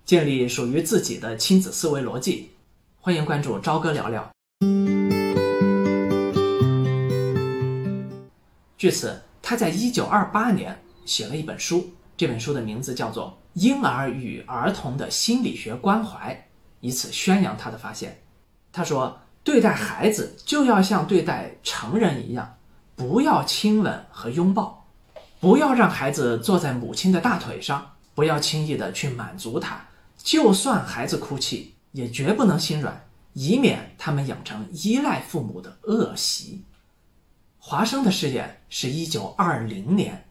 建立属于自己的亲子思维逻辑。欢迎关注朝哥聊聊。据此，他在1928年写了一本书，这本书的名字叫做《婴儿与儿童的心理学关怀》，以此宣扬他的发现。他说，对待孩子就要像对待成人一样，不要亲吻和拥抱，不要让孩子坐在母亲的大腿上，不要轻易的去满足他，就算孩子哭泣，也绝不能心软，以免他们养成依赖父母的恶习。华生的试验是1920年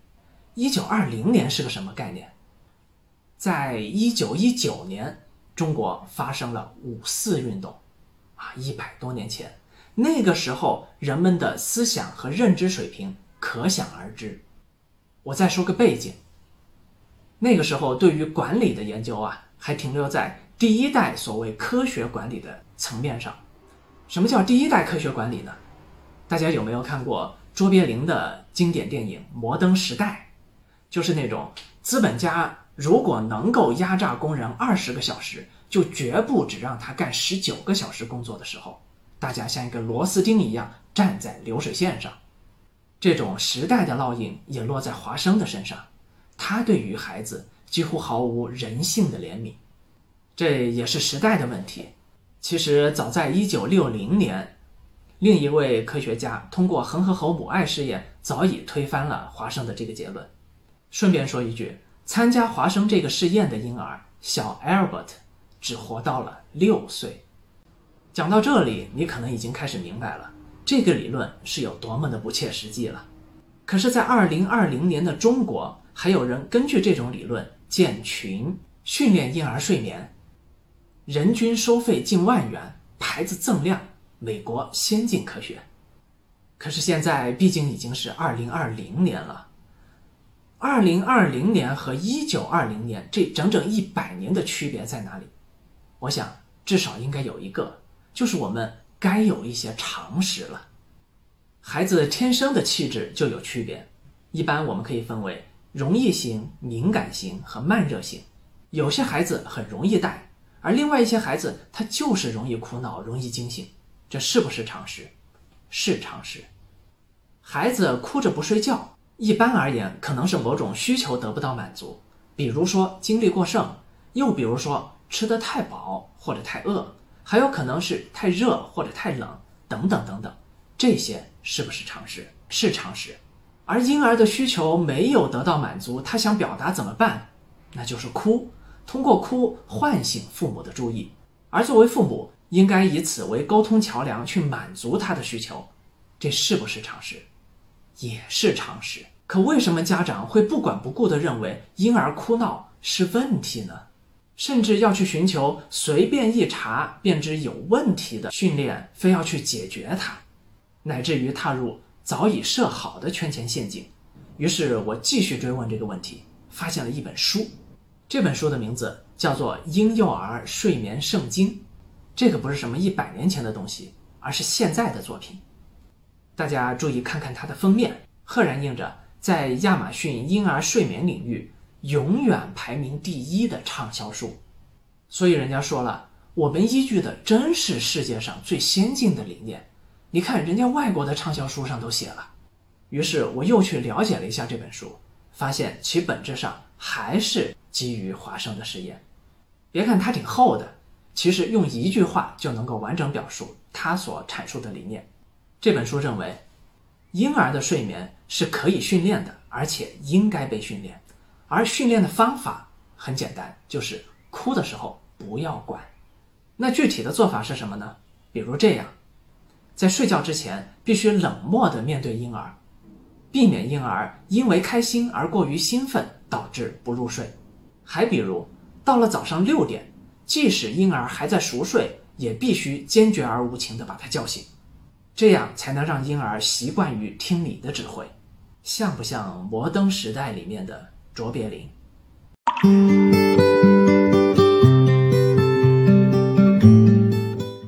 ，1920年是个什么概念？在1919年，中国发生了5·4运动，100多年前，那个时候人们的思想和认知水平可想而知。我再说个背景，那个时候对于管理的研究还停留在第一代所谓科学管理的层面上。什么叫第一代科学管理呢？大家有没有看过卓别林的经典电影《摩登时代》？就是那种资本家如果能够压榨工人20个小时，就绝不只让他干19个小时工作的时候，大家像一个螺丝钉一样站在流水线上。这种时代的烙印也落在华生的身上，他对于孩子几乎毫无人性的怜悯。这也是时代的问题。其实早在1960年，另一位科学家通过恒河猴母爱试验早已推翻了华生的这个结论。顺便说一句，参加华生这个试验的婴儿小 Albert 只活到了6岁。讲到这里，你可能已经开始明白了这个理论是有多么的不切实际了。可是在2020年的中国，还有人根据这种理论建群训练婴儿睡眠，人均收费近万元，牌子锃亮，美国先进科学。可是现在毕竟已经是2020年了，2020年和1920年这整整100年的区别在哪里？我想至少应该有一个，就是我们该有一些常识了。孩子天生的气质就有区别，一般我们可以分为容易型、敏感型和慢热型。有些孩子很容易带，而另外一些孩子他就是容易哭闹，容易惊醒。这是不是常识？是常识。孩子哭着不睡觉，一般而言可能是某种需求得不到满足，比如说精力过剩，又比如说吃得太饱或者太饿，还有可能是太热或者太冷，等等等等。这些是不是常识？是常识。而婴儿的需求没有得到满足，他想表达怎么办？那就是哭，通过哭唤醒父母的注意，而作为父母应该以此为沟通桥梁去满足他的需求。这是不是常识？也是常识。可为什么家长会不管不顾地认为婴儿哭闹是问题呢？甚至要去寻求随便一查便知有问题的训练，非要去解决它，乃至于踏入早已设好的圈钱陷阱。于是我继续追问这个问题，发现了一本书。这本书的名字叫做《婴幼儿睡眠圣经》。这个不是什么100年前的东西，而是现在的作品。大家注意看看它的封面，赫然印着在亚马逊婴儿睡眠领域永远排名第1的畅销书。所以人家说了，我们依据的真是世界上最先进的理念。你看人家外国的畅销书上都写了。于是我又去了解了一下这本书，发现其本质上还是基于华生的实验。别看它挺厚的，其实用一句话就能够完整表述他所阐述的理念。这本书认为，婴儿的睡眠是可以训练的，而且应该被训练。而训练的方法很简单，就是哭的时候不要管。那具体的做法是什么呢？比如这样，在睡觉之前必须冷漠地面对婴儿，避免婴儿因为开心而过于兴奋，导致不入睡。还比如，到了早上6点，即使婴儿还在熟睡，也必须坚决而无情地把他叫醒，这样才能让婴儿习惯于听你的指挥。像不像摩登时代里面的卓别林？